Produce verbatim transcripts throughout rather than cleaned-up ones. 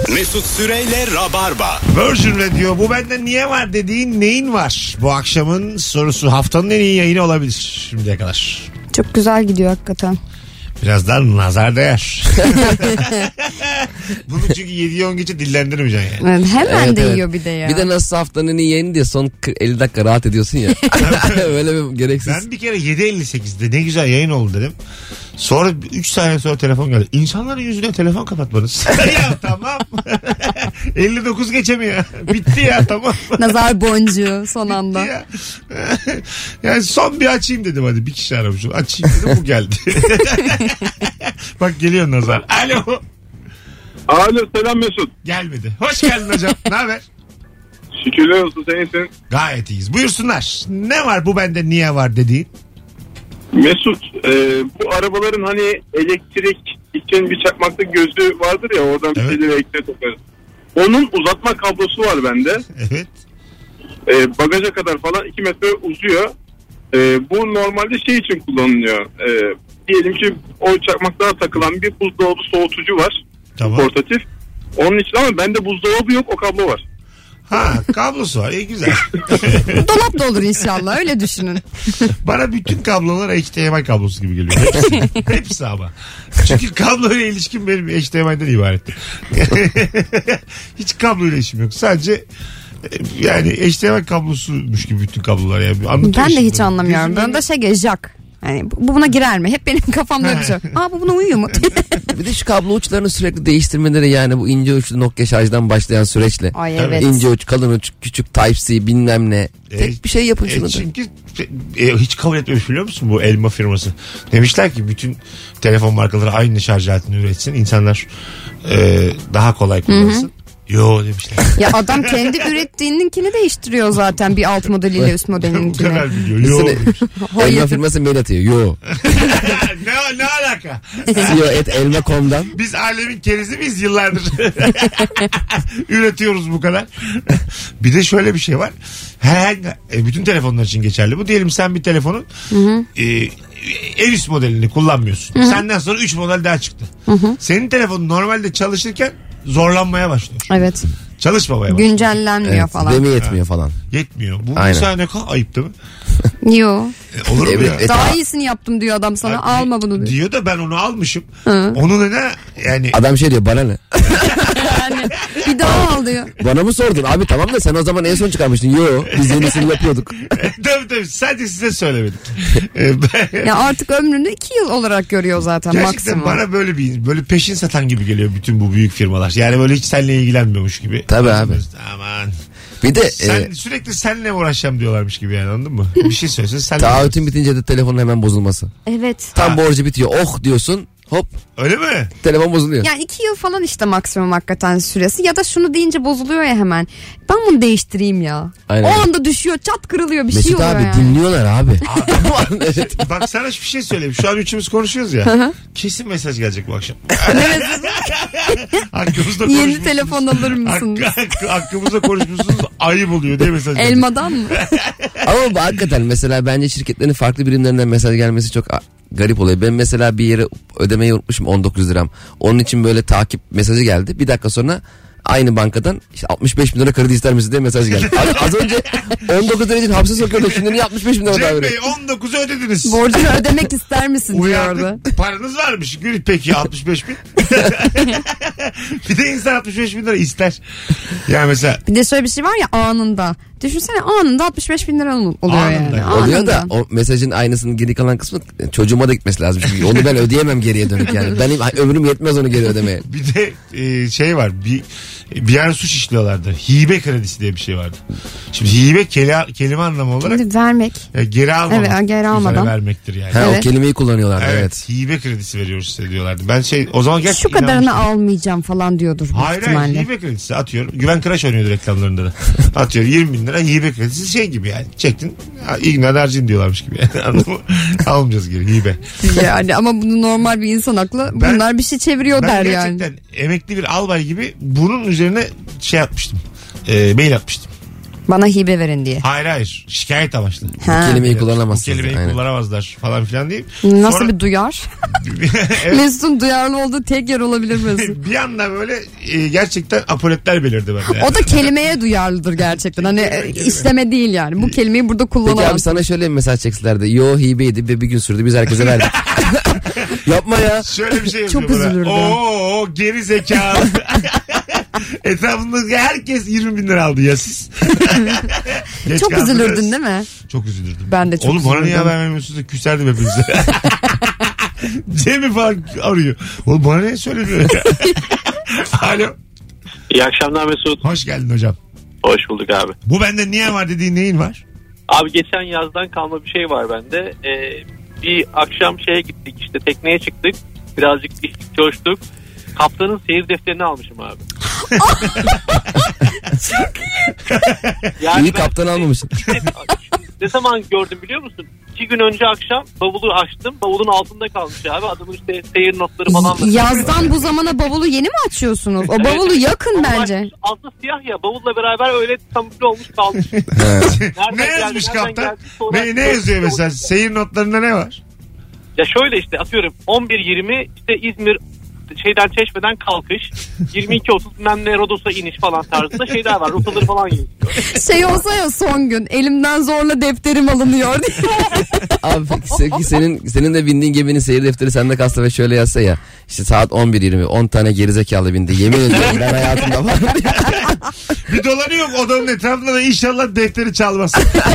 Mesut Süreyle Rabarba. Virgin Radio, bu bende niye var dediğin neyin var? Bu akşamın sorusu, haftanın en iyi yayını olabilir şimdiye kadar. Çok güzel gidiyor hakikaten. Birazdan nazar değer. Bunu çünkü yedi on gece dillendirmeyeceksin yani. Evet, hemen Evet, değiyor evet. bir de ya. Bir de nasıl haftanın en iyi yayını diye son elli dakika rahat ediyorsun ya. Öyle bir gereksiz. Ben bir kere yedi elli sekizde ne güzel yayın oldu dedim. Sonra üç saniye sonra telefon geldi. İnsanların yüzüne telefon kapatmanız. Ya tamam. elli dokuz geçemiyor. Bitti ya, tamam. Nazar boncuğu son anda. Ya. Yani son bir açayım dedim, hadi bir kişi aramışım. Açayım dedim, bu geldi. Bak geliyor nazar. Alo. Alo, selam Mesut. Gelmedi. Hoş geldin hocam. Ne haber? Şükürler olsun, sensin. Gayet iyiyiz. Buyursunlar. Ne var bu bende niye var dediğin? Mesut, e, bu arabaların hani elektrik için bir çakmaklık gözü vardır ya, oradan bir Evet. şeyleri elektriğe takarız. Onun uzatma kablosu var bende. Evet. E, bagaja kadar falan iki metre uzuyor. E, bu normalde şey için kullanılıyor. E, diyelim ki o çakmaklığa takılan bir buzdolabı soğutucu var. Tamam. Portatif. Onun için, ama bende buzdolabı yok, o kablo var. Ha, kablosu var. İyi, güzel. Dolap da olur inşallah, öyle düşünün. Bana bütün kablolar H D M I kablosu gibi geliyor. Hepsi, hepsi ama. Çünkü kabloyla ilişkim benim H D M I'den ibaretti. Hiç kabloyla işim yok. Sadece yani H D M I kablosuymuş gibi bütün kablolar. Yani. Ben de hiç anlamıyorum. Ben de şey gejak. Yani bu buna girer mi? Hep benim kafamda öyle bir şey. Aa, bu buna uyuyor mu? Bir de şu kablo uçlarını sürekli değiştirmeleri, yani bu ince uçlu Nokia şarjdan başlayan süreçle. Ay evet. İnce uç, kalın uç, küçük Type-C bilmem ne. Tek E, bir şey yapın E, şunu da. çünkü e, hiç kabul etmemiş, biliyor musun, bu elma firması. Demişler ki bütün telefon markaları aynı şarj aletini üretsin. İnsanlar e, daha kolay kullansın. Yo demişler. Ya adam kendi ürettiğininkini değiştiriyor zaten, bir alt modeliyle üst Bu modelinkini. kadar biliyor. Yo demiş. Elma firması mail atıyor. Yo. ne, ne alaka? C E O et elma nokta com'dan. Biz alemin kerizi miyiz yıllardır? Üretiyoruz bu kadar. Bir de şöyle bir şey var. Herhangi, e, bütün telefonlar için geçerli bu. Diyelim sen bir telefonun e, en üst modelini kullanmıyorsun. Hı hı. Senden sonra üç model daha çıktı. Hı hı. Senin telefonun normalde çalışırken zorlanmaya başlıyor. Evet. Çalışmamaya başlıyor. Güncellenmiyor Evet, falan. demi yetmiyor falan. Yetmiyor. Bu Aynen. mesela ne kadar ayıp değil mi? Yo. E, olur mu Evet, ya? Daha iyisini yaptım diyor adam sana. Ha, Alma bunu diyor. Diyor da ben onu almışım. Hı. Onun ne yani... Adam şey diyor, bana ne? Yani bir daha al diyor. Bana mı sordun? Abi tamam da sen o zaman en son çıkarmıştın. Yo, biz yenisini yapıyorduk. tabii tabii, sadece size söylemedik. E, ben- Ya artık ömrünü iki yıl olarak görüyor zaten Gerçekten maksimum. bana böyle bir böyle peşin satan gibi geliyor bütün bu büyük firmalar. Yani böyle hiç seninle ilgilenmiyormuş gibi. Tabii abi. Aman. Bir de Sen e, sürekli seninle uğraşacağım diyorlarmış gibi, yani anladın mı? Bir şey söylesen sen. taahhütün bitince de telefonun hemen bozulması. Evet. Tam Ha. borcu bitiyor. Oh diyorsun. Hop, Öyle mi? telefon bozuluyor. Yani iki yıl falan işte maksimum hakikaten süresi. Ya da şunu deyince bozuluyor ya hemen. Ben bunu değiştireyim ya. Aynen. O anda düşüyor, çat kırılıyor, bir şey Mesut oluyor abi yani. dinliyorlar abi. Evet. Bak sana şu bir şey söyleyeyim. Şu an üçümüz konuşuyoruz ya. Kesin mesaj gelecek bu akşam. Hakkımızda Yeni konuşmuşsunuz. telefon alır mısınız? Hakkı, hakkı, hakkımızda konuşmuşsunuz, ayıp oluyor diye mesaj gelecek. Elmadan mı? Ama bu hakikaten mesela bence şirketlerin farklı birimlerinden mesaj gelmesi çok a- garip oluyor. Ben mesela bir yere ödemeyi unutmuşum, on dokuz liram. Onun için böyle takip mesajı geldi. Bir dakika sonra aynı bankadan işte altmış beş bin lira kredi ister misin diye mesaj geldi. Az, az önce on dokuz lira için hapse sokuyordu. Şimdi niye altmış beş bin lira daha Cem veriyor? Bey on dokuzu ödediniz. Borcunu ödemek ister misin diyordu. Uyardık. Paranız varmış. Gül peki altmış beş bin. Bir de insan altmış beş bin lira ister. Yani mesela Bir de şöyle bir şey var ya, anında. Düşünsene, anında altmış beş bin lira oluyor Anında. yani. Oluyor da Anında. o mesajın aynısının geri kalan kısmı çocuğuma da gitmesi lazım. Çünkü onu ben ödeyemem geriye dönük yani. Benim ömrüm yetmez onu geri ödemeye. bir de e, şey var. Bir bir yer suç işliyorlardı. Hibe kredisi diye bir şey vardı. Şimdi hibe kelime, kelime anlamı olarak Şimdi vermek. e, geri almamak. Evet, geri üzere almadan. vermektir yani. Ha, Evet. o kelimeyi kullanıyorlar. Evet, Evet. hibe kredisi veriyoruz size diyorlardı. Ben şey o zaman gerçekten Şu kadarını inanmıştım. almayacağım falan diyordur büyük Hayır hayır, ihtimalle. hibe kredisi atıyorum. Güven Kıraç oynuyordu reklamlarında da. Atıyor yirmi bin lira hibe kredisi, şey gibi yani. Çektin iyi günler harcın diyorlarmış gibi yani. Anladın mı? Almayacağız geri hibe. Yani ama bunu normal bir insan aklı Ben- bunlar bir şey çeviriyor Ben der yani. gerçekten emekli bir albay gibi bunun üzerine şey yapmıştım. E, mail atmıştım. Bana hibe verin diye. Hayır hayır. Şikayet amaçlı. Ha. Bu kelimeyi Bu kullanamazsınız. kelimeyi Aynen. kullanamazlar falan filan değil. Nasıl Sonra- bir duyar? Evet. Mesut'un duyarlı olduğu tek yer olabilir Mesut. Bir anda böyle e, gerçekten apoletler belirdi bende. O da kelimeye duyarlıdır gerçekten. Hani e, işleme değil yani. Bu kelimeyi burada Peki abi kullanamaz. sana şöyle bir mesaj çekselerdi. Yo hibeydi ve bir gün sürdü biz herkese verdik. Yapma ya. Şöyle bir şey yazıyor Çok bana. üzülürdü. Oo geri zekalı. Etrafındaki herkes yirmi bin lira aldı ya siz. Geç Çok kaldınız. üzülürdün değil mi? Çok üzülürdüm. Ben de çok Oğlum bana niye üzülürdüm. haber vermiyorsunuz da küserdim hepinize. Cem'i falan arıyor. Oğlum bana ne söylemiyor ya? Alo. İyi akşamlar Mesut. Hoş geldin hocam. Hoş bulduk abi. Bu bende niye var dediğin neyin var? Abi geçen yazdan kalma bir şey var bende. Ee, bir akşam şeye gittik işte tekneye çıktık. Birazcık içtik coştuk. Kaptanın seyir defterini almışım abi. Çok iyi. Yani İyi ben- kaptan almamışsın. Ne zaman gördüm biliyor musun? İki gün önce akşam bavulu açtım. Bavulun altında kalmış abi. Adamın işte seyir notları falan. da- Yazdan bu zamana bavulu yeni mi açıyorsunuz? O bavulu Evet. yakın Ama bence. altı siyah ya. Bavulla beraber öyle kamufle olmuş kalmış. Ne geldi, yazmış nereden kaptan? geldi, sonra- Ne, ne yazıyor mesela? Seyir notlarında ne var? Ya şöyle işte atıyorum on bir yirmi işte İzmir şeyden Çeşme'den kalkış yirmi iki otuz bilmem ne Rodos'a iniş falan tarzında şeyler var. Rotaları falan yazıyor. Şey olsa ya son gün elimden zorla defterim alınıyor diye. Abi peki senin senin de bindiğin geminin seyir defteri sende kalsa ve şöyle yazsa ya. İşte saat on bir yirmi on tane gerizekalı bindi. Yemin ediyorum ben hayatımda var. Bir dolanıyor odanın etrafında da inşallah defteri çalmaz.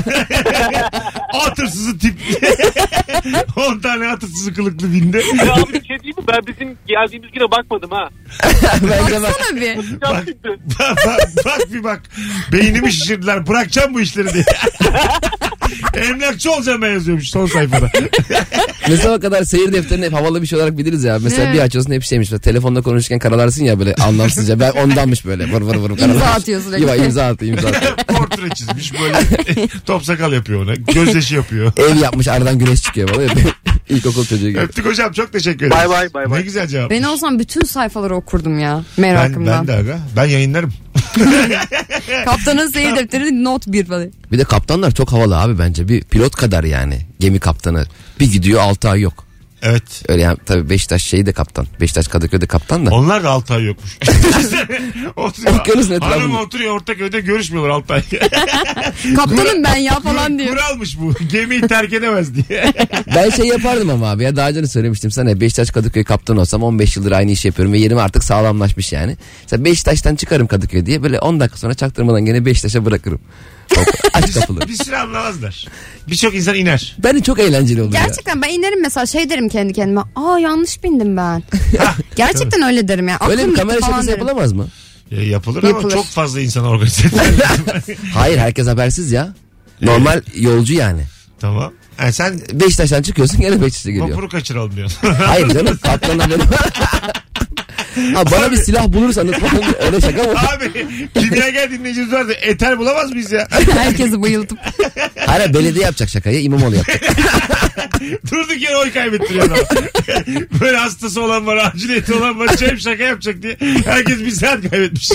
At hırsızı tip. on tane at hırsızı kılıklı bindi. Ya abi bir şey değil mi? Ben bizim geldiğimiz güne bakmadım ha. Bence bak. Baksana bir. Bak, bak, bak, bak bir bak. Beynimi şişirdiler. Bırakacağım bu işleri diye. Emlakçı olacağım ben yazıyormuş son sayfada. Mesela o kadar seyir defterini hep havalı bir şey olarak biliriz ya. Mesela Evet. bir açıyorsun hep şeymiş. Böyle telefonda konuşurken karalarsın ya böyle anlamsızca. Ben ondanmış böyle vır vır vır. İmza karalarsın. atıyor sürekli. Yok imza atıyor imza atıyor. Portre çizmiş böyle top sakal yapıyor ona. Gözyaşı yapıyor. Ev yapmış aradan güneş çıkıyor falan. İlkokul çocuğu gibi. Öptük hocam çok teşekkür ederiz. Bay bay, bay bay. Ne güzel cevap. Ben olsam bütün sayfaları okurdum ya Ben, merakımdan. ben de aga. Ben yayınlarım. Kaptanın seyir defteri not bir falan. Bir de kaptanlar çok havalı abi bence. Bir pilot kadar yani. Gemi kaptanı. Bir gidiyor altı ay yok. Evet. Öyle yani tabii Beşiktaş şeyi de kaptan. Beşiktaş Kadıköy'de kaptan da. Onlar da altı ay yokmuş. Oturuyor. Bakıyorsun etrafına. Hanım oturuyor Ortaköy'de görüşmüyorlar altı ay. Kaptanım ben ya falan diyor. Kuralmış bu. Gemiyi terk edemez diye. Ben şey yapardım ama abi ya daha önce de söylemiştim sana. Beşiktaş Kadıköy kaptan olsam on beş yıldır aynı işi yapıyorum ve yerim artık sağlamlaşmış yani. Mesela Beşiktaş'tan çıkarım Kadıköy diye böyle on dakika sonra çaktırmadan gene Beşiktaş'a bırakırım. Hop, aç kapıları. Bir süre anlamazlar. Birçok insan iner. Bence çok eğlenceli olur ya. Gerçekten ben inerim mesela şey derim kendi kendime. Aa yanlış bindim ben. Gerçekten öyle derim ya. Öyle Aklım bir kamera gitti falan şakası derim. yapılamaz mı? E, yapılır, ama Yapılır. çok fazla insan organize eder. Hayır herkes habersiz ya. Normal yolcu yani. Tamam. Yani sen Beşiktaş'tan çıkıyorsun gene Beşiktaş'a geliyor. vapuru kaçıralım diyorsun. Hayır canım kaptanın haberi. Ha, bana bir silah bulursanız falan öyle şaka mı? Abi kimyager dinleyicimiz vardı. Eter bulamaz mıyız ya? Herkesi bayıltıp. Hayır belediye yapacak şakayı İmamoğlu yapacak. Durduk yere oy kaybettiriyor adam. Böyle hastası olan var, aciliyeti olan var. Cem şaka yapacak diye. Herkes bir saat kaybetmiş.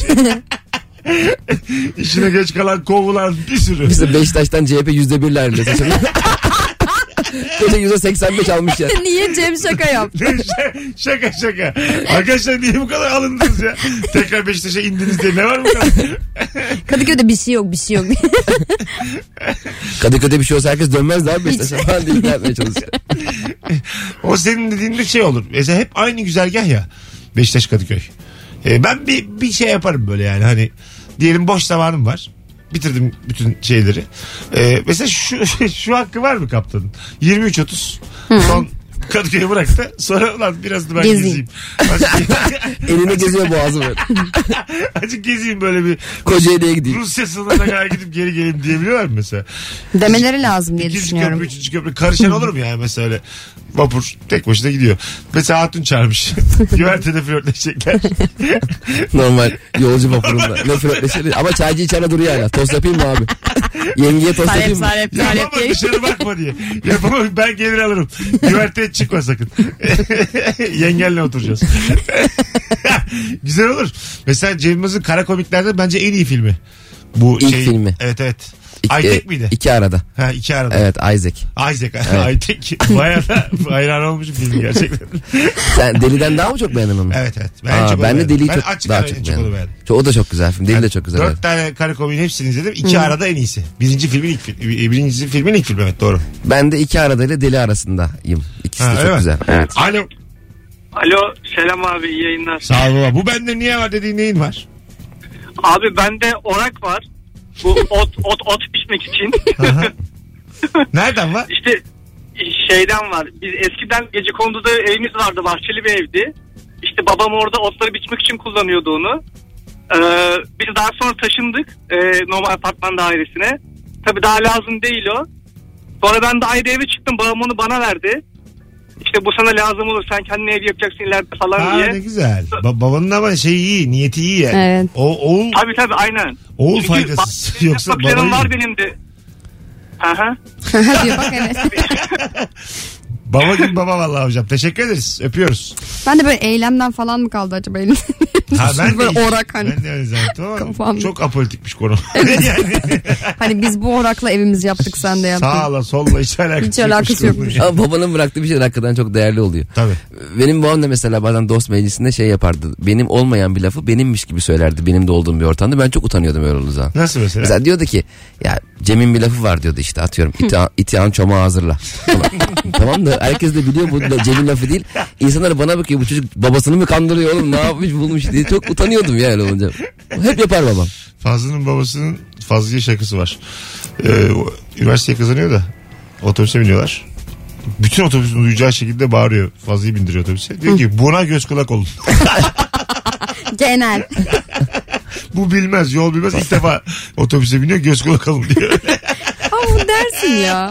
İşine geç kalan kovulan bir sürü. Biz de Beşiktaş'tan C H P yüzde birle ayrılıyor. Gece yüzde seksen beş almış ya. Niye Cem şaka yaptı? Şaka şaka. Arkadaşlar niye bu kadar alındınız ya? Tekrar Beşiktaş'a indiniz diye ne var bu kadar? Kadıköy'de bir şey yok bir şey yok. Kadıköy'de bir şey olsa herkes dönmez abi Beşiktaş'a falan diye ikna etmeye çalışıyor. O senin dediğinde şey olur. Mesela hep aynı güzergah ya. Beşiktaş Kadıköy. Ee, ben bir, bir şey yaparım böyle yani hani. Diyelim boş zamanım var. Bitirdim bütün şeyleri. Ee, mesela şu şu hakkı var mı kaptanın? yirmi üç otuz son Kadıköy'ü bıraktı. Sonra ulan biraz da ben Gezeyim. gezeyim. Azıcık, Elini geziyor boğazı böyle. azıcık gezeyim böyle bir Kocaeli'ye gideyim. Rusya sınırına kadar gidip geri geleyim diyebiliyorlar mı mesela? Demeleri lazım diye İkinci düşünüyorum. köprü, üçüncü köprü karışan olur mu yani mesela öyle vapur tek başına gidiyor. Mesela hatun çağırmış. Güvertede flörtleşecekler. Normal yolcu vapurunda. Ne flörtleşir. Ama çaycı içeride duruyor hala. Tost yapayım mı abi? Yengeye tost Salep yapayım mı? salep salep Yapama diye. dışarı bakma diye. Yapama ben gelir alırım. Güverteye çıkma sakın. Yengenle oturacağız. Güzel olur. Mesela Cem Yılmaz'ın kara komiklerde bence en iyi filmi. Bu İlk şey, filmi. Evet evet. İki, Aytek e, miydi? İki arada. Ha iki arada. Evet Isaac. Isaac. Aytek. Bayağı da hayran olmuşum film gerçekten. Sen Deli'den daha mı çok beğendin onu? Evet evet. Ben, Aa, çok ben de Deli'yi ben çok açık daha ara çok en çok onu beğendim. beğendim. Çok, o da çok güzel film. Deli Yani de çok güzel. Dört evet. tane karı komedinin hepsini izledim. İki arada en iyisi. Birinci filmin ilk film. Birincisi filmin ilk filmi evet doğru. Ben de iki arada ile Deli arasındayım. İkisi Ha, de öyle çok mi? güzel. Evet. Alo. Alo selam abi iyi yayınlar. Sağ ol baba. Bu bende niye var dediğin neyin var? Abi bende orak var. Bu ot ot ot pişmek için. Nereden var? İşte şeyden var. Biz eskiden Gecekondu'da evimiz vardı. Bahçeli bir evdi. İşte babam orada otları biçmek için kullanıyordu onu. Ee, biz daha sonra taşındık e, normal apartman dairesine. Tabii daha lazım değil o. Sonra ben de ayrı eve çıktım. Babam onu bana verdi. İşte bu sana lazım olur. Sen kendine ev yapacaksın ileride falan Ha, diye. ne güzel. Ba- babanın ama şeyi iyi. Niyeti iyi yani. Evet. O, oğul, Tabii tabii aynen. oğul Çünkü faydasız. benim Yoksa planım baba var iyi. benim de. Aha. diyor bak evet. Baba gibi baba vallahi hocam. Teşekkür ederiz. Öpüyoruz. Ben de böyle eylemden falan mı kaldı acaba elim? Ha, ben de, böyle orak hani. Ben de öyle zannettim ama Kafamda. çok apolitikmiş konu. yani, Hani biz bu orakla evimizi yaptık sen de yaptın. sağla solla hiç alakası, Hiç alakası yokmuş. yokmuş. Ama babanın bıraktığı bir şey hakikaten çok değerli oluyor. Tabii. Benim babam da mesela bazen dost meclisinde şey yapardı. Benim olmayan bir lafı benimmiş gibi söylerdi. Benim de olduğum bir ortamda. Ben çok utanıyordum öyle olduğu zaman. Nasıl mesela? Mesela diyordu ki ya Cem'in bir lafı var diyordu işte atıyorum. İti, itihan çomağı hazırla. Tamam da herkes de biliyor bu da Cem'in lafı değil. İnsanlar bana bakıyor bu çocuk babasını mı kandırıyor oğlum ne yapmış bulmuş diye. Çok utanıyordum ya öyle olunca. Hep yapar babam. Fazlı'nın babasının Fazlı'ya şakası var. Ee, o, üniversiteye kazanıyor da otobüse biniyorlar. Bütün otobüsün duyacağı şekilde bağırıyor. Fazlı'yı bindiriyor otobüse. Diyor ki buna göz kulak olun. Genel. Bu bilmez yol bilmez ilk defa otobüse biniyor göz kulak olun diyor. Ama bu dersin ya.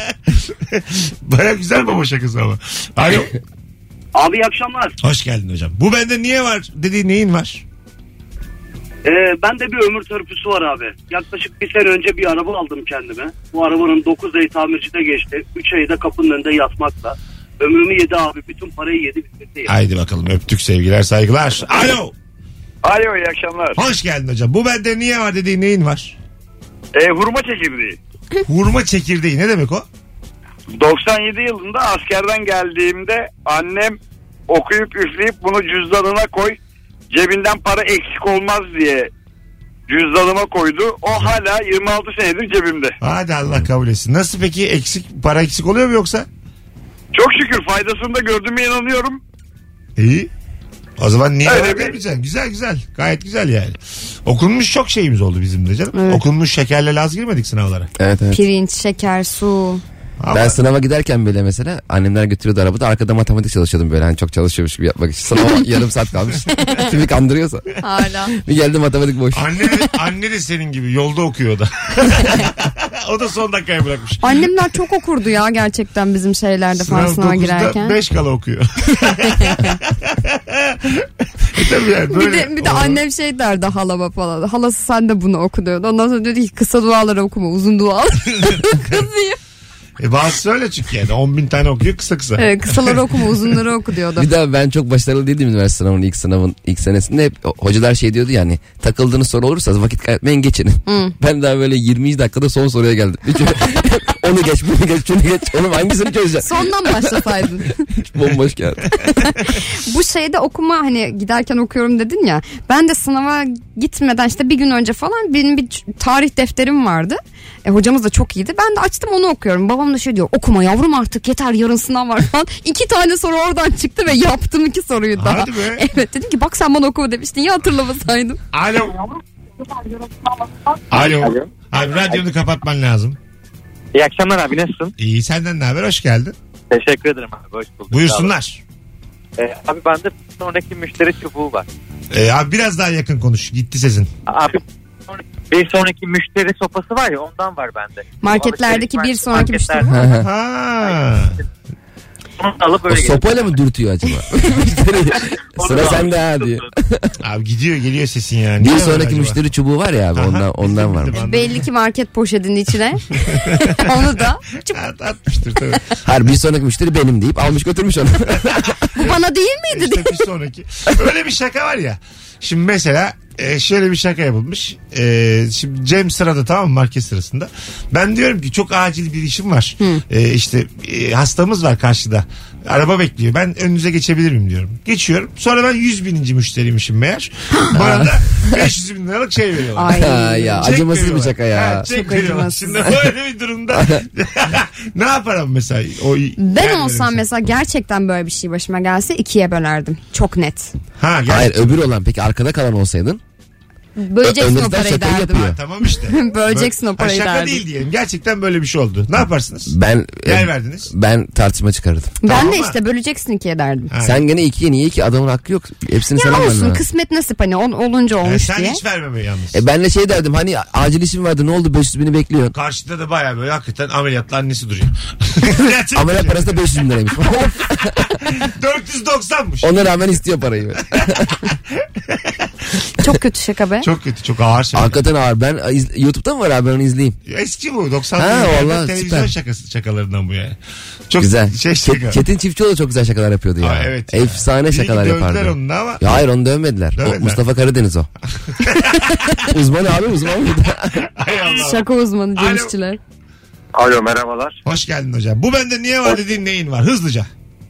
Baya güzel baba şakası ama. Alo. Abi iyi akşamlar. Hoş geldin hocam. Bu bende niye var dediğin neyin var? Ee, bende bir ömür törpüsü var abi. Yaklaşık bir sene önce bir araba aldım kendime. Bu arabanın dokuz ayı tamircide geçti. üç ayı da kapının önünde yatmakla. Ömrümü yedi abi. Bütün parayı yedi. Bitirdi. Haydi bakalım öptük sevgiler saygılar. Alo. Alo iyi akşamlar. Hoş geldin hocam. Bu bende niye var dediğin neyin var? E, hurma çekirdeği. Hurma çekirdeği ne demek o? doksan yedi yılında askerden geldiğimde annem okuyup üfleyip bunu cüzdanına koy. Cebinden para eksik olmaz diye cüzdanıma koydu. O hala yirmi altı senedir cebimde. Hadi Allah kabul etsin. Nasıl peki eksik para eksik oluyor mu yoksa? Çok şükür faydasını da gördüğüme inanıyorum. İyi. O zaman niye Öyle var bir- demeyeceksin? Güzel güzel. Gayet güzel yani. Okunmuş çok şeyimiz oldu bizim de canım. Evet. Okunmuş şekerle az girmedik sınavlara. Evet evet. Pirinç, şeker, su. Ama Ben sınava giderken böyle mesela annemler götürüyordu arabada arkada matematik çalışıyordum böyle hani çok çalışıyormuş gibi yapmak için. Sınava yarım saat kalmış. Kimi kandırıyorsa. Hala. Bir geldi matematik boş. anne, de, anne de senin gibi yolda okuyor o da. O da son dakikaya bırakmış. Annemler çok okurdu ya gerçekten bizim şeylerde falan sınava girerken. beş kala okuyor. Tabii yani Bir böyle. de, bir de o- annem şey derdi halama falan. Halası sen de bunu oku diyordu. Ondan sonra dedi ki kısa duaları okuma uzun dualar. Kızıyor. E bazısı öyle çünkü yani on bin tane okuyor kısa kısa. Evet, kısaları okuma uzunları oku diyordu. Bir daha ben çok başarılı değildim üniversite sınavının ilk sınavın ilk senesinde. Hep hocalar şey diyordu yani takıldığınız soru olursa vakit kaybetmeyin geçin. Ben daha böyle yirmi dakikada son soruya geldim. Onu geç bunu geç şunu geç. Onun hangisini çözeceğim? Sondan başlasaydın. Bomboş geldi. Bu şeyde okuma hani giderken okuyorum dedin ya. Ben de sınava gitmeden işte bir gün önce falan benim bir tarih defterim vardı. E, hocamız da çok iyiydi. Ben de açtım onu okuyorum. Babam da şey diyor okuma yavrum artık yeter yarın sınav var falan. İki tane soru oradan çıktı ve yaptım iki soruyu daha. Hadi be. Evet dedim ki bak sen bana okuma demiştin ya hatırlamasaydım. Alo. Alo. Abi radyonu kapatman lazım. İyi akşamlar abi nasılsın? İyi senden ne haber hoş geldin. Teşekkür ederim abi hoş bulduk. Buyursunlar. Ee, abi bende bir sonraki müşteri çubuğu var. Ee, abi biraz daha yakın konuş gitti sesin. Abi bir sonraki müşteri sopası var ya ondan var bende. Marketlerdeki bir sonraki müşteri. Marketlerde Ha. onu alıp O öyle sopayla mı dürtüyor acaba? Sıra sende ha diye. Abi gidiyor geliyor sesin yani. Bir Niye sonraki öyle acaba? müşteri çubuğu var ya abi Aha, ondan ondan bildim, var. bildim, anladım. Belli ki market poşetinin içine. Onu da At- Atmıştır tabii. Hayır bir sonraki müşteri benim deyip almış götürmüş onu. bu bana değil miydi? İşte bir sonraki. Öyle bir şaka var ya. Şimdi mesela e, şöyle bir şaka yapılmış. E, şimdi Cem sırada, tamam mı, market sırasında. Ben diyorum ki çok acil bir işim var. E, işte e, hastamız var karşıda. Araba bekliyor. Ben önünüze geçebilir miyim diyorum. Geçiyorum. Sonra ben yüz bininci müşteriymişim meğer. Bana da beş yüz bin liralık şey veriyorlar. Ay. ya Çek acımasız bir veriyorlar. şaka ya. Ha, çek Çok veriyorlar. acımasız. Şimdi böyle bir durumda ne yaparım mesela? O Ben yer olsam verirse. mesela gerçekten böyle bir şey başıma gelse ikiye bölerdim. Çok net. Ha, gel. Hayır, öbür olan, peki arkada kalan olsaydın? Böleceksin o Önden parayı şaka derdim. yapıyor. Ha, tamam işte. Böleceksin o parayı ha, şaka derdim. değil diyelim. Gerçekten böyle bir şey oldu. Ne yaparsınız? Ben Yer e, verdiniz. ben tartışma çıkarırdım. Ben Tamam de ama- işte böleceksin ikiye derdim. Ha. Sen gene ikiye niye ki, adamın hakkı yok. Hepsini sen Ya alman olsun, lazım. kısmet nasip hani on, olunca Ha, olmuş sen diye. hiç vermeme yalnız. E ben de şey derdim, hani acil işim vardı, ne oldu, beş yüz bini bekliyorsun. Karşıda da baya böyle hakikaten ameliyatlı annesi duruyor. Gerçekten. Ameliyat parası da beş yüz bin liraymış. dört yüz doksanmış. Ona rağmen istiyor parayı. Çok kötü şaka be. Çok kötü, çok ağır şey. Hakikaten ağır. Ben iz- YouTube'da mı var abi, ben onu izleyeyim. Eski bu doksanlı Ha, yıllarda vallahi televizyon süper. şakası, şakalarından bu yani. Çok Güzel. şey Çet- şaka. Çetin Çiftçioğlu çok güzel şakalar yapıyordu ya. Aa, evet ya. Efsane İyi ki şakalar dövdüler yapardı. onu da ama. Ya hayır, onu dövmediler. Dövmediler. O Mustafa Karadeniz o. Uzman abi, uzman mıydı? Hay Allah. Şaka uzmanı Alo. Cem İşçiler. Alo, merhabalar. Hoş geldin hocam. Bu bende niye var dediğin neyin var? Hızlıca.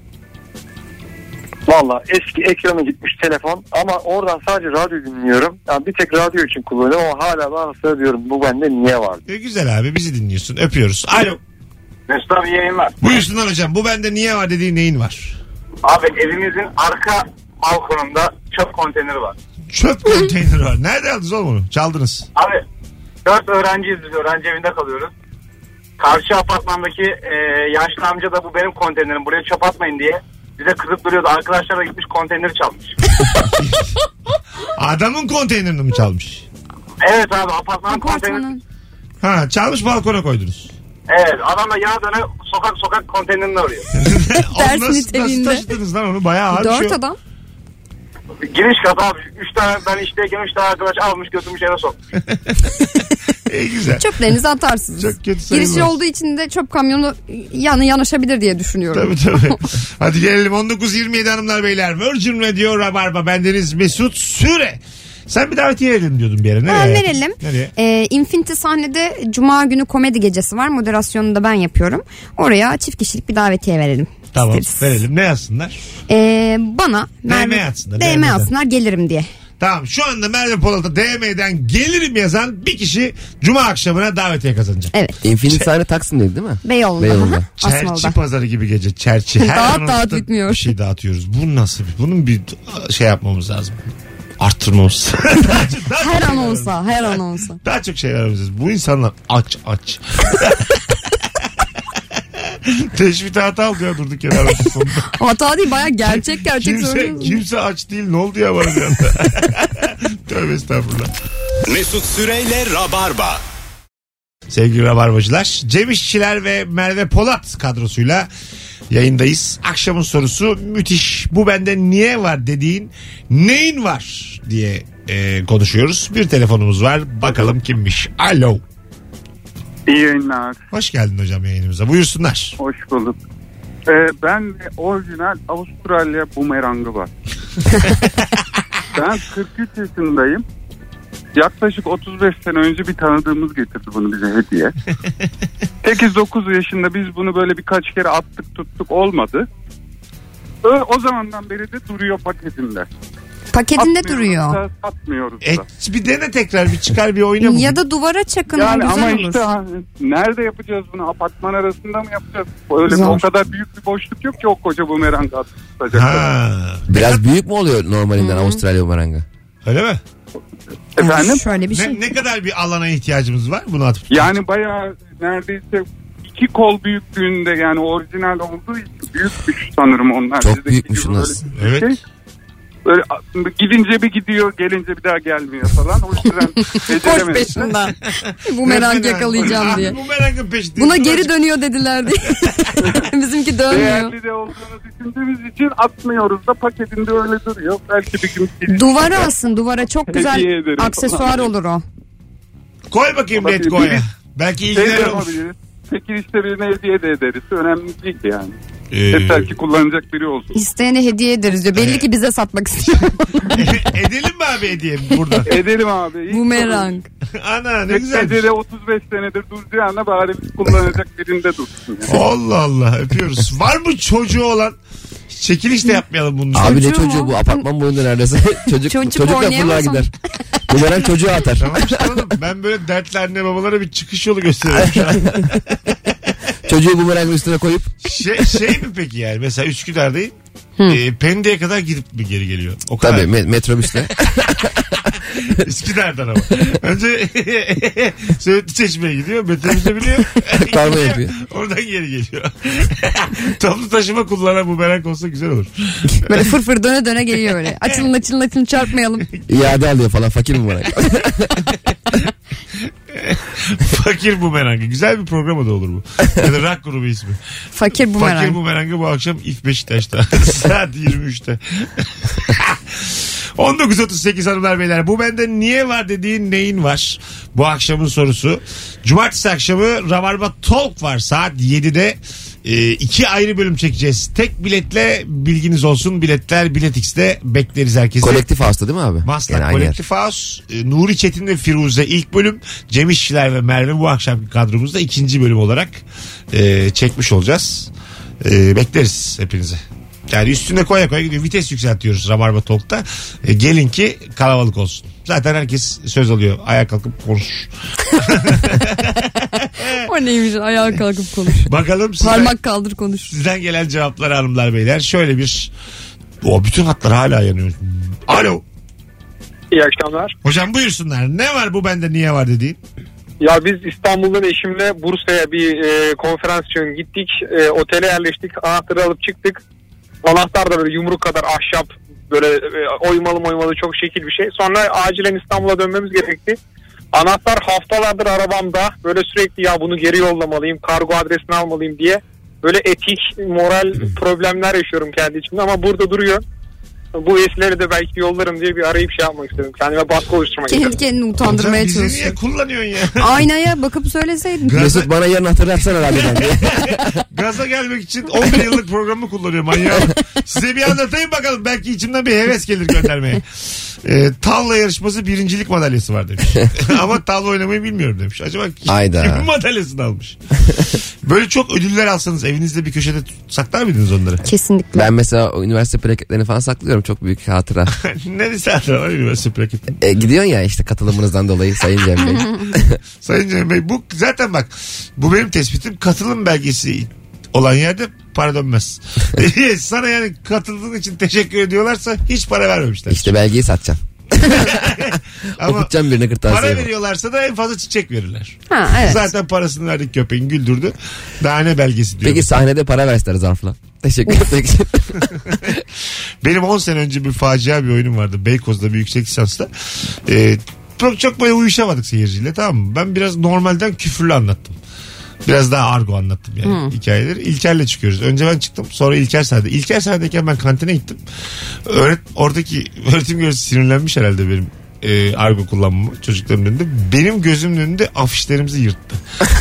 Valla eski ekranı gitmiş telefon ama oradan sadece radyo dinliyorum. Yani bir tek radyo için kullanıyorum ama hala bana söylüyorum bu bende niye var? E, güzel abi, bizi dinliyorsun. Öpüyoruz. Alo. Mesut abi yayınlar. Buyursunlar hocam. Bu bende niye var dediğin neyin var? Abi evimizin arka balkonunda çöp konteyneri var. Çöp konteyneri var. Nerede aldınız oğlum onu? Çaldınız. Abi dört öğrenciyiz biz, öğrenci evinde kalıyoruz. Karşı apartmandaki e, yaşlı amca da bu benim konteynerim, buraya çöp atmayın diye bize kızıp duruyordu. Arkadaşlar da gitmiş konteyneri çalmış. Adamın konteynerini mi çalmış? Evet abi, apartmanın konteyneri. Apartmanın. Ha, çalmış, balkona koydunuz. Evet, adam da yağ döne sokak sokak konteynerini arıyor. Onu Ders nasıl, nasıl niteliğinde. taşıdınız lan onu? Bayağı ağır bir şey. Dört adam. Giriş kat abi. Üç tane, ben işteyken üç tane arkadaş almış götürmüş eve sokmuş. İyi, güzel. Çöplerinizi atarsınız. Çok kötü sayılmaz. Girişi olduğu için de çöp kamyonu yanı yanaşabilir diye düşünüyorum. Tabii tabii. Hadi gelelim on dokuz yirmi yedi hanımlar beyler. Virgin Radio Rabarba, bendeniz Mesut Süre. Sen bir davetiye verelim diyordun bir yere. Nereye? Ha, verelim. Nereye? Ee, Infinity sahnede Cuma günü komedi gecesi var. Moderasyonunu da ben yapıyorum. Oraya çift kişilik bir davetiye verelim. Tamam, isteriz. verelim. Ne yazsınlar? Ee, bana D M atsınlar, D D M M'den. atsınlar, gelirim diye. Tamam, şu anda Merve Polat'a D M'den gelirim yazan bir kişi Cuma akşamına davetiye kazanacak. Evet. Infinite sahne Taksim'deydi değil mi? Beyoğlu'nda. Beyoğlu'nda. Aha, Çerçi Asmalı'da. pazarı gibi gece. Çerçi. Her Dağıt anonsta dağıt bitmiyor. Bir şey dağıtıyoruz. Bu nasıl bir? Bunun bir şey yapmamız lazım. Arttırmamız. Daha çok- daha çok Her şey anonsa, her anonsa. Daha çok şey vermemiz. Bu insanlar aç aç. Teşbih hata aldı ya durduk yere arası sonunda. Hata değil, baya gerçek gerçek Kimse, söylüyorsun. kimse aç değil, ne oldu ya bana bir anda. Tövbe estağfurullah. Mesut Süreyle Rabarba. Sevgili Rabarbacılar, Cem İşçiler ve Merve Polat kadrosuyla yayındayız. Akşamın sorusu müthiş. Bu bende niye var dediğin neyin var diye e, konuşuyoruz. Bir telefonumuz var. Bakalım kimmiş. Alo. İyi yayınlar. Hoş geldin hocam yayınımıza. Buyursunlar. Hoş bulduk. Ee, ben de orijinal Avustralya bumerangı var. Ben kırk üç yaşındayım. Yaklaşık otuz beş sene önce bir tanıdığımız getirdi bunu bize hediye. sekiz dokuz yaşında biz bunu böyle birkaç kere attık tuttuk, olmadı. Ö- O zamandan beri de duruyor paketinde. Paketinde Atmıyoruz duruyor. da, satmıyoruz E, da. bir dene tekrar, bir çıkar, bir oyna. Ya da duvara çakın, Yani o güzel ama olur. işte ha, nerede yapacağız bunu? Apartman arasında mı yapacağız? Öyle Zor. o kadar büyük bir boşluk yok ki o koca bumerangı atıp tutacak. Ha. Biraz büyük mü oluyor normalinden Avustralya bumerangı? Öyle mi? Efendim? Şöyle bir şey. Ne, ne kadar bir alana ihtiyacımız var bunu atıp tutmak Yani bayağı neredeyse iki kol büyüklüğünde, yani orijinal olduğu için büyükmüş sanırım onlar. Çok Bizdeki büyükmüş gibi nasıl? böyle bir Evet. şey. Böyle gidince bir gidiyor, gelince bir daha gelmiyor falan. O yüzden Koş beceremedim. peşinden. Bu merak yakalayacağım diye. Bu merakın peşinde. Buna geri dönüyor dediler diye. Bizimki dönmüyor. Değerli de olduğunu düşündüğümüz için atmıyoruz da paketinde öyle duruyor. Belki bir gün Duvara asın, duvara çok güzel Hediye ederim aksesuar falan. olur o. Koy bakayım Bakayım, Letgo'ya. biri- Belki şey de ilgiler olur. yapabiliriz. Çekilişte birine hediye de ederiz. Önemli değil yani. Ee, Yeter ki kullanacak biri olsun. İsteyene hediye ederiz diyor. Belli Evet. ki bize satmak istiyor. Edelim mi abi hediye burada? Edelim abi. İlk Bumerang. Ana ne güzel. Türkiye'de de otuz beş senedir duracağına bari biz kullanacak birinde dursun. Yani. Allah Allah öpüyoruz. Var mı çocuğu olan? Çekiliş de yapmayalım bunun. Abi ne Çocuğu çocuğu mu? bu apartman boyunda neredeyse. Çocuk, Çocuk çocuk da fırlar oynayamaz gider. Bumerang çocuğu atar. Tamam işte oğlum. Ben böyle dertli anne babalara bir çıkış yolu gösteriyorum şu an. Çocuğu bumerangın üstüne koyup. Şey, şey mi peki yani? Mesela Üsküdar'dayım. E, Pendik'e kadar gidip mi geri geliyor? O kadar. Tabii me- metrobüsle. Üsküdar'dan ama. Önce Söğütlü Çeşme'ye gidiyor. Metrobüse biniyor. Aktarma yapıyor. Oradan geri geliyor. Toplu taşıma kullanan bu merak olsa güzel olur. Böyle fırfır döne döne geliyor öyle. Açılın açılın açılın çarpmayalım. İade alıyor falan fakir bumerang. Fakir Bumerangı. Güzel bir program da olur bu. Ya da rock grubu ismi. Fakir bumerang. Fakir Bumerangı bu akşam ilk Beşiktaş'ta. Saat yirmi üçte. on dokuz otuz sekiz hanımlar beyler. Bu bende niye var dediğin neyin var? Bu akşamın sorusu. Cumartesi akşamı Rabarba Talk var saat yedide. E, iki ayrı bölüm çekeceğiz. Tek biletle bilginiz olsun. Biletler Bilet X'te bekleriz herkese. Kolektif hasta değil mi abi? Maslak Yani aynı Kolektif House. E, Nuri Çetin ve Firuze ilk bölüm. Cem İşçiler ve Merve bu akşamki kadromuzda ikinci bölüm olarak e, çekmiş olacağız. E, bekleriz hepinizi. Yani üstüne koya koya gidiyor. Vites yükseltiyoruz Rabarba Talk'ta. E, gelin ki kalabalık olsun. Zaten herkes söz alıyor. Ayağa kalkıp konuş. O neymiş ayağa kalkıp konuş. Bakalım sizden, Parmak kaldır konuş. sizden gelen cevaplar hanımlar beyler. Şöyle bir... O bütün hatlar hala yanıyor. Alo. İyi akşamlar. Hocam buyursunlar. Ne var bu bende niye var dediğin? Ya biz İstanbul'dan eşimle Bursa'ya bir e, konferans için gittik. E, otele yerleştik. Anahtarı alıp çıktık. Anahtar da böyle yumruk kadar ahşap, böyle e, oymalı oymalı çok şekil bir şey. Sonra acilen İstanbul'a dönmemiz gerekti. Anahtar haftalardır arabamda. Böyle sürekli ya bunu geri yollamalıyım, kargo adresini almalıyım diye. Böyle etik, moral problemler yaşıyorum kendi içimde ama burada duruyor. Bu vesileyle de belki yollarım diye bir arayıp şey yapmak istedim. Kendime baskı oluşturmak istedim. Kendi kendini utandırmaya Hocam bizi niye çalışıyor. kullanıyorsun ya? Aynaya bakıp söyleseydin. Gaza, Mesut bana yarın hatırlatsana radyodan diye. gaza gelmek için on bir yıllık programı kullanıyor manyak. Size bir anlatayım bakalım. Belki içimden bir heves gelir göndermeye. Ee, tavla yarışması birincilik madalyası var demiş. Ama tavla oynamayı bilmiyorum demiş. Acaba Hayda. kimin madalyasını almış? Böyle çok ödüller alsanız evinizde bir köşede saklar mıydınız onları? Kesinlikle. Ben mesela üniversite plaketlerini falan saklıyorum. Çok büyük hatıra. Neresi hatıra var üniversite plaketi? E, gidiyorsun ya işte katılımınızdan dolayı Sayın Cem Bey. Sayın Cem Bey bu zaten bak bu benim tespitim, katılım belgesi olan yerde para dönmez. Sana yani katıldığın için teşekkür ediyorlarsa hiç para vermemişler. İşte belgeyi satacaksın. Ama Okutacağım birine kırtasiye. para var. veriyorlarsa da en fazla çiçek verirler. Ha evet. Zaten parasını verdik, köpeğin güldürdü. Daha ne belgesi diyor. Peki sahnede para verseler zarfla. Teşekkür ederim. Benim on sene önce bir facia bir oyunum vardı. Beykoz'da bir yüksek lisansta. Ee, çok, çok böyle uyuşamadık seyirciyle, tamam mı? Ben biraz normalden küfürlü anlattım. Biraz daha argo anlattım yani hmm. hikayeleri. İlker'le çıkıyoruz. Önce ben çıktım, sonra İlker sahnede. İlker sahnedeyken ben kantine gittim. Öğret, oradaki öğretim görevlisi sinirlenmiş herhalde benim e, argo kullanmamı çocukların önünde. Benim gözümün önünde afişlerimizi yırttı.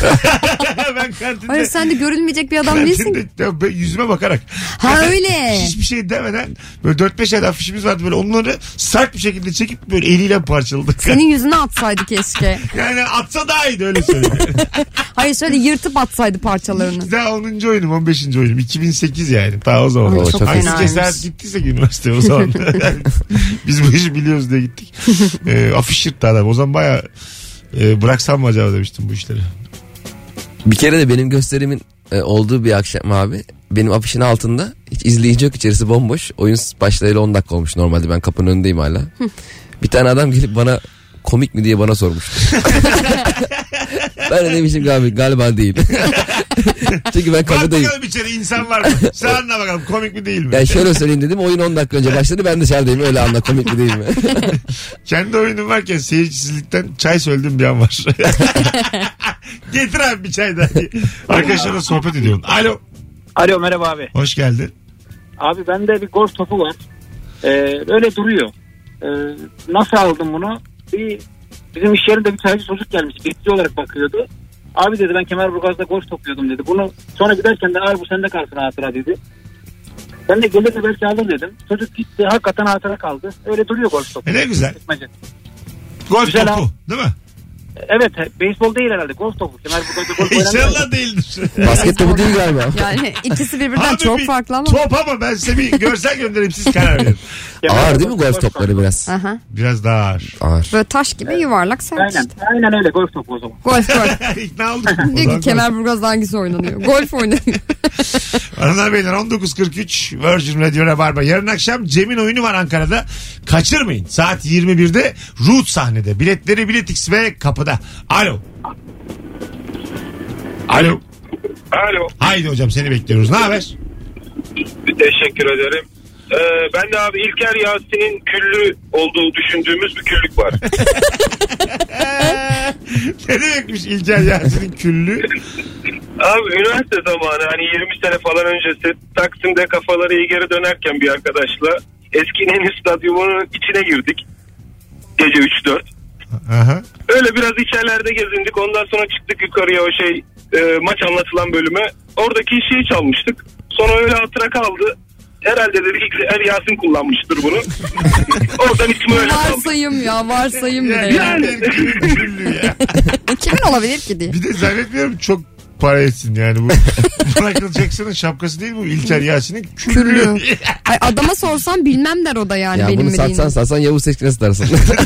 Ben kantinde... Hayır sen de görülmeyecek bir adam değilsin. Kantinde yüzüme bakarak. Ha öyle. Hiçbir şey demeden böyle dört beş tane afişimiz vardı, böyle onları sert bir şekilde çekip böyle eliyle parçaladık. Senin yüzüne atsaydı keşke. Yani atsa daha iyiydi, öyle söyleyeyim. Hayır şöyle yırtıp atsaydı parçalarını. Daha onuncu oyunum, on beşinci oyunum. iki bin sekiz yani. Ta o zaman. Ay, çok Hangi fenaymış. cesaret gittiysek üniversiteye o zaman. Biz bu işi biliyoruz diye gittik. E, afiş yırttı adam. O zaman baya e, bıraksam mı acaba demiştim bu işleri. Bir kere de benim gösterimin e, olduğu bir akşam abi. Benim afişin altında hiç izleyici yok, içerisi bomboş. Oyun başlayalı on dakika olmuş normalde, ben kapının önündeyim hala. Bir tane adam gelip bana komik mi diye bana sormuştu. Ben de demişim galiba, galiba değil. Çünkü ben Bak kapıdayım. bakalım içeri insan var mı? Sen anla bakalım, komik mi değil mi? Yani şöyle söyleyeyim dedim, oyun on dakika önce başladı, ben dışarıdayım, öyle anla komik mi değil mi? Kendi oyunum varken seyircisizlikten çay söylediğim bir an var. Getir abi bir çay da. Arkadaşlarla sohbet ediyorsun. Alo. Alo merhaba abi. Hoş geldin. Abi bende bir golf topu var. Ee, öyle duruyor. Ee, nasıl aldım bunu? Bir, bizim iş yerinde bir tane çocuk gelmiş. Bekçi olarak bakıyordu. Abi dedi ben Kemerburgaz'da golf topuyordum dedi. Bunu sonra giderken de abi bu sende kalsın hatıra dedi. Ben de gelir de belki alır dedim. Çocuk gitti hakikaten hatıra kaldı. Öyle duruyor golf topu. E ne güzel. Gitmece. Golf Güzel topu abi. değil mi? Evet beyzbol değil herhalde golf topu. Kemerburgaz'da golf oynanıyor. İnşallah değildir. Basket topu değil galiba. Yani ikisi birbirinden Abi çok bir farklı ama. Top ama ben size bir görsel göndereyim siz karar verin. Ağır değil mi golf topları biraz? Aha. Biraz daha ağır. Ağır. Böyle taş gibi yuvarlak sert Aynen, işte. aynen öyle golf topu o zaman. Golf golf. İkna olduk. O Diyor zaman ki Kemerburgaz'da hangisi oynanıyor? Golf oynanıyor. Hanımlar beyler on dokuz kırk üç Virgin Radio Rabarba. Yarın akşam Cem'in oyunu var Ankara'da. Kaçırmayın. Saat yirmi birde Root sahnede. Biletleri Biletix ve kapıda. Alo. Alo. Alo. Haydi hocam seni bekliyoruz. Ne haber? Teşekkür ederim. Ee, ben de abi İlker Yasin'in küllü olduğu düşündüğümüz bir küllük var. Ne demekmiş İlker Yasin'in küllü? Abi üniversite zamanı hani yirmi sene falan öncesi Taksim'de kafaları iyi geri dönerken bir arkadaşla eski İnönü Stadyumu'nun içine girdik. Gece üç dört. Aha. Öyle biraz içerlerde gezindik. Ondan sonra çıktık yukarıya o şey e, maç anlatılan bölüme. Oradaki şeyi çalmıştık. Sonra öyle hatıra kaldı. Herhalde dedik İlker Yasin kullanmıştır bunu. Oradan ismi öyle kaldı. Varsayım ya varsayım bile Yani, yani. yani kimin küllü ya? Kimin olabilir ki diye. Bir de zannetmiyorum çok para etsin yani bu. Michael Jackson'ın şapkası değil bu İlker Yasin'in küllü. Küllü. Ay adama sorsam bilmem der o da yani Ya benim bunu mi değil satsan mi? satsan Yavuz Seçkin'e satarsın.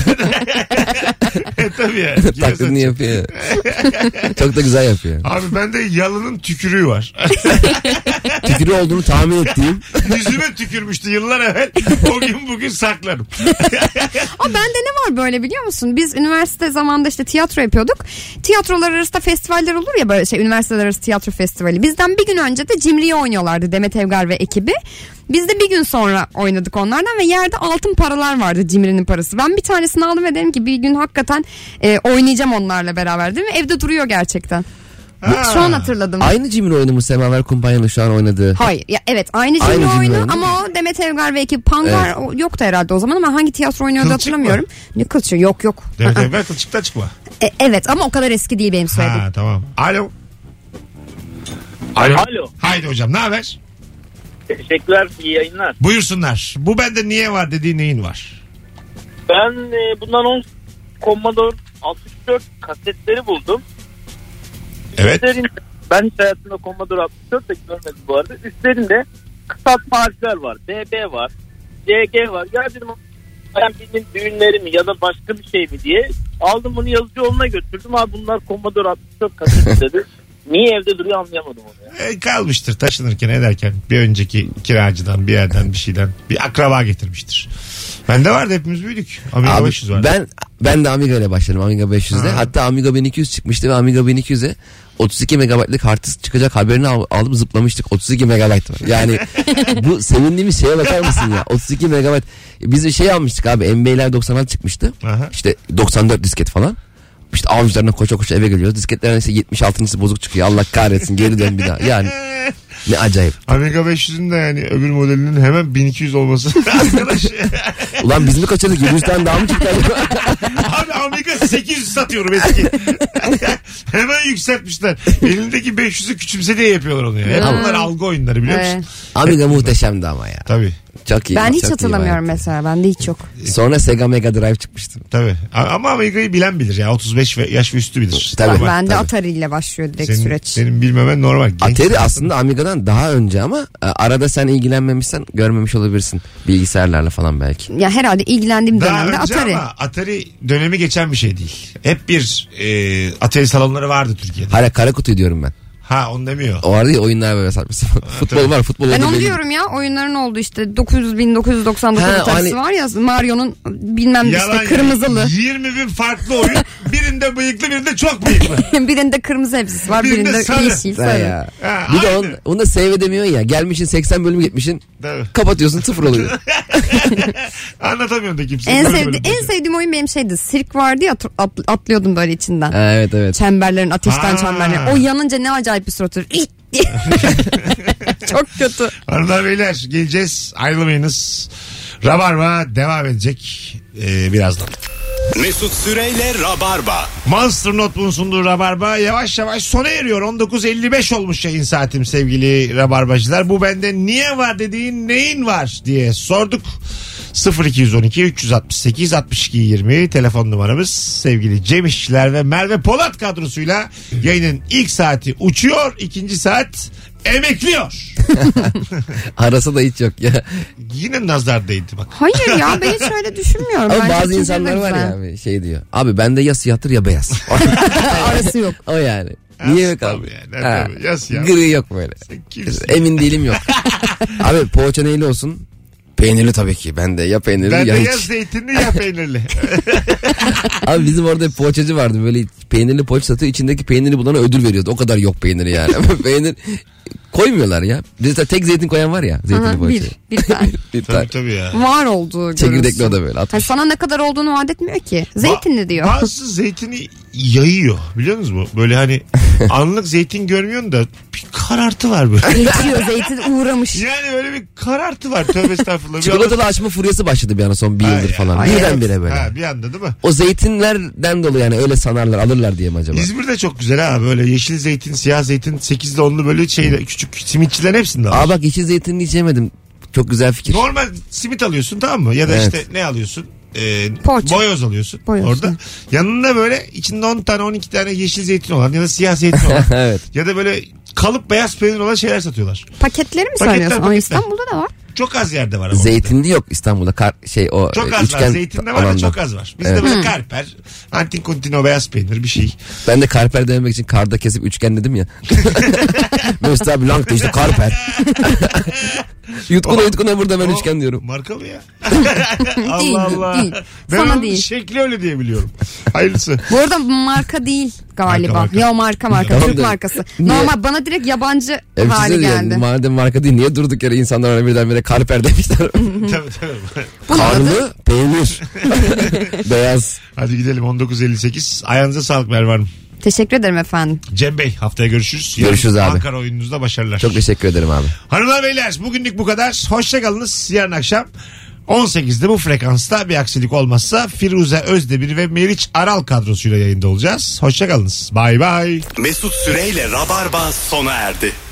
e tabii yani. Taklidini yapıyor. Çok da güzel yapıyor. Abi bende yalının tükürüğü var. Tükürüğü olduğunu tahmin ettiğim. Yüzüme tükürmüştü yıllar evvel. O gün bugün saklarım. Ama bende ne var böyle biliyor musun? Biz üniversite zamanında işte tiyatro yapıyorduk. Tiyatrolar arasında festivaller olur ya böyle şey üniversiteler arası tiyatro festivali. Bizden bir gün önce de Cimri'yi oynuyorlardı Demet Evgar ve ekibi. Biz de bir gün sonra oynadık onlardan ve yerde altın paralar vardı Cimri'nin parası. Ben bir tanesini aldım ve dedim ki bir gün hakikaten e, oynayacağım onlarla beraber değil mi? Evde duruyor gerçekten. Ha. Şu an hatırladım. Aynı Cimri oyunu mu Semaver Kumpanyalı şu an oynadığı? Hayır. Ya evet aynı Aynı Cimri Cimri oyunu oyunu ama o Demet Evgar ve ekip Pangar Evet. o yoktu herhalde o zaman ama hangi tiyatro oynuyordu Kılçık hatırlamıyorum. mı? Ne kılçığı? Yok yok. Demet Aa. Evgar kılçıktan çıkma. E, evet ama o kadar eski değil benim söylediğim. Ha tamam. Alo. Alo. Alo. Haydi hocam ne haber? Teşekkürler iyi yayınlar. Buyursunlar. Bu bende niye var dediğin neyin var? Ben e, bundan on Commodore altmış dört kasetleri buldum. Evet. Üstlerinde, ben hiç hayatımda Commodore altmış dört de görmedim bu arada. Üstlerinde kısaltma harfler var. B B var. C G var. Ya dedim ben birinin düğünleri mi ya da başka bir şey mi diye. Aldım bunu yazıcı yoluna götürdüm. Abi bunlar Commodore altmış dört kaseti dedi. Niye evde duruyor anlayamadım onu ya. E, kalmıştır taşınırken ederken bir önceki kiracıdan bir yerden bir şeyden bir akraba getirmiştir. Bende vardı hepimiz büyüdük. Amiga Abi, beş yüz vardı. ben ben de Amiga ile başladım Amiga beş yüzde. Ha. Hatta Amiga bin iki yüz çıkmıştı ve Amiga bin iki yüze otuz iki megabaytlık hard disk çıkacak haberini al, aldım zıplamıştık. otuz iki megabayt var. Yani bu sevindiğimiz şeye bakar mısın ya? otuz iki megabayt. Biz bir şey almıştık abi. N B A'ler doksan altı çıkmıştı. Aha. İşte doksan dört disket falan. İşte avcılarına koşa koşa eve geliyoruz. Disketlerin ise yetmiş altıncısı bozuk çıkıyor. Allah kahretsin geri dön bir daha. Yani ne acayip. Amiga beş yüzün de yani öbür modelinin hemen bin iki yüz olması. Arkadaş. Ulan biz mi kaçırdık? yedi yüz tane daha mı çıktı? Abi Amiga sekiz yüz satıyorum eski. Hemen yükseltmişler. Elindeki beş yüzü küçümse diye yapıyorlar onu ya. Hep bunlar algı oyunları biliyor musun? Evet. Amiga muhteşemdi ama ya. Tabii. Çok iyi. Ben hiç çok iyi hatırlamıyorum bayağı. mesela. Bende hiç yok. Sonra Sega Mega Drive çıkmıştı. Tabii. Ama Amiga'yı bilen bilir ya. otuz beş ve yaş ve üstü bilir. Tabii. Normal. Bende tabii. Atari ile başlıyor direkt Senin, süreç. senin bilmemen normal. Genç Atari insansın. aslında Amiga'dan daha önce ama e, arada sen ilgilenmemişsen görmemiş olabilirsin. Bilgisayarlarla falan belki. Ya herhalde ilgilendiğim Daha dönemde önce Atari. ama Atari dönemi geçen bir şey değil. Hep bir e, Atari salonları vardı Türkiye'de. Hala kara kutuyu diyorum ben. Ha onu demiyor. O vardı ya oyunlar böyle saçma sapan. Futbol tabii. var futbol Ben oldu onu belli. diyorum ya oyunların oldu işte dokuz yüz bin dokuz yüz doksan dokuz Ha, tanesi hani- var ya Mario'nun bilmem Yalan işte ya. kırmızılı. yirmi bin farklı oyun. Birinde bıyıklı birinde çok bıyıklı. Birinde kırmızı elbisesi var Birinde birinde sarı. yeşil Ha sarı. ya. Ha, Bir de aynı. onu, onu da save edemiyorsun ya. Gelmişsin seksen bölüm gitmişsin. Tabii. Kapatıyorsun sıfır oluyor. Anlatamıyorum da kimse. En, Böyle sevdi, böyle en böyle. sevdiğim oyun benim şeydi. Sirk vardı ya at- at- atlıyordum böyle içinden. Ha, evet evet. Çemberlerin ateşten Ha. çemberlerin. O yanınca ne acayip bir surat olur. İt diye. Çok kötü. Hanımlar beyler geleceğiz. Ayrılmayınız. Rabarba devam edecek ee, birazdan. Mesut Süreyle Rabarba. Monster Notebook'un sunduğu Rabarba yavaş yavaş sona eriyor. on dokuz elli beş olmuş yayın saatim sevgili Rabarbacılar. Bu bende niye var dediğin neyin var diye sorduk. sıfır iki on iki üç altı sekiz altmış iki yirmi telefon numaramız. Sevgili Cem İşçiler ve Merve Polat kadrosuyla yayının ilk saati uçuyor. İkinci saat emekliyor. Arası da hiç yok ya. Yine nazar değdi bak. Hayır ya, ben hiç öyle düşünmüyorum. Ama Bence bazı ikinci insanlar de var güzel. ya abi, şey diyor. Abi bende ya siyahtır ya beyaz. Arası yok. O yani. Niye yok abi? Yani, Ha, ya siyah. gri yok böyle. Emin değilim yok. Abi poğaça neyli olsun? Peynirli tabii ki. Ben de ya peynirli Ben de ya ya hiç. zeytinli ya peynirli. Abi bizim orada bir poğaçacı vardı. Böyle peynirli poğaça satıyor. İçindeki peyniri bulana ödül veriyordu. O kadar yok peyniri yani. Peynir koymuyorlar ya. Bizde tek zeytin koyan var ya. Zeytinli Aha, poğaça. bir, bir tane. Bir Tabii tane. tabii ya. Var olduğu Çekirdekli görürsün. o da böyle. Hani atmış. sana ne kadar olduğunu vaat etmiyor ki. Zeytinli diyor. Bazı zeytini yayıyor biliyor musunuz mu? Böyle hani anlık zeytin görmüyorsun da bir karartı var böyle. Geçiyor, zeytin uğramış. Yani böyle bir karartı var, tövbe estağfurullah. Bir Çikolatalı açma furyası başladı bir ana son bir Ha yıldır ya. falan. Ay, Birdenbire böyle. Ha, bir anda değil mi? O zeytinlerden dolayı yani öyle sanarlar alırlar diye mi acaba? İzmir'de çok güzel ha, böyle yeşil zeytin, siyah zeytin, sekizli onlu böyle şeyler, küçük simitçilerin hepsinde var. Aa bak yeşil zeytinini hiç yemedim. Çok güzel fikir. Normal simit alıyorsun, tamam mı? Ya da Evet. işte ne alıyorsun? Ee, Poğaça. boyoz alıyorsun Boyoz, orada. hı. Yanında böyle içinde on tane on iki tane yeşil zeytin olan ya da siyah zeytin olan Evet. ya da böyle kalıp beyaz peynir olan şeyler satıyorlar. Paketleri mi Paketler, söylüyorsun? Ama paketler. İstanbul'da da var. Çok az yerde var ama. Zeytinli yok İstanbul'da. Kar, şey o Çok e, az üçgen var. Zeytin de var da alanda. çok az var. Bizde Evet. böyle karper, antin kontino beyaz peynir bir şey. Ben de karper denemek için karda kesip üçgen dedim ya. Mesut abi lang da işte karper. yutkuna yutkuna burada ben O üçgen diyorum. Markalı ya. Değil, Allah Allah. değil. Ben Sana onun değil. şekli öyle diye biliyorum. Hayırlısı. Bu arada marka değil galiba. Marka, marka. Ya marka marka. Tamam Türk da- markası. Niye? Normal bana direkt yabancı E, bir şey hali söyleyeyim. geldi. Madem marka değil niye durduk yere insanlar ona birdenbire karper demişler. Tabii tabii. Karlı peynir. Beyaz. Hadi gidelim on dokuz elli sekiz. Ayağınıza sağlık Merve Hanım. Teşekkür ederim efendim. Cem Bey, haftaya görüşürüz. Yarın Görüşürüz abi. Ankara oyununuzda başarılar. Çok teşekkür ederim abi. Hanımlar beyler, bugünlük bu kadar. Hoşçakalınız. Yarın akşam on sekizde bu frekansta bir aksilik olmazsa Firuze Özdemir ve Meriç Aral kadrosuyla yayında olacağız. Hoşçakalınız. Bay bay. Mesut Süreyle Rabarba sona erdi.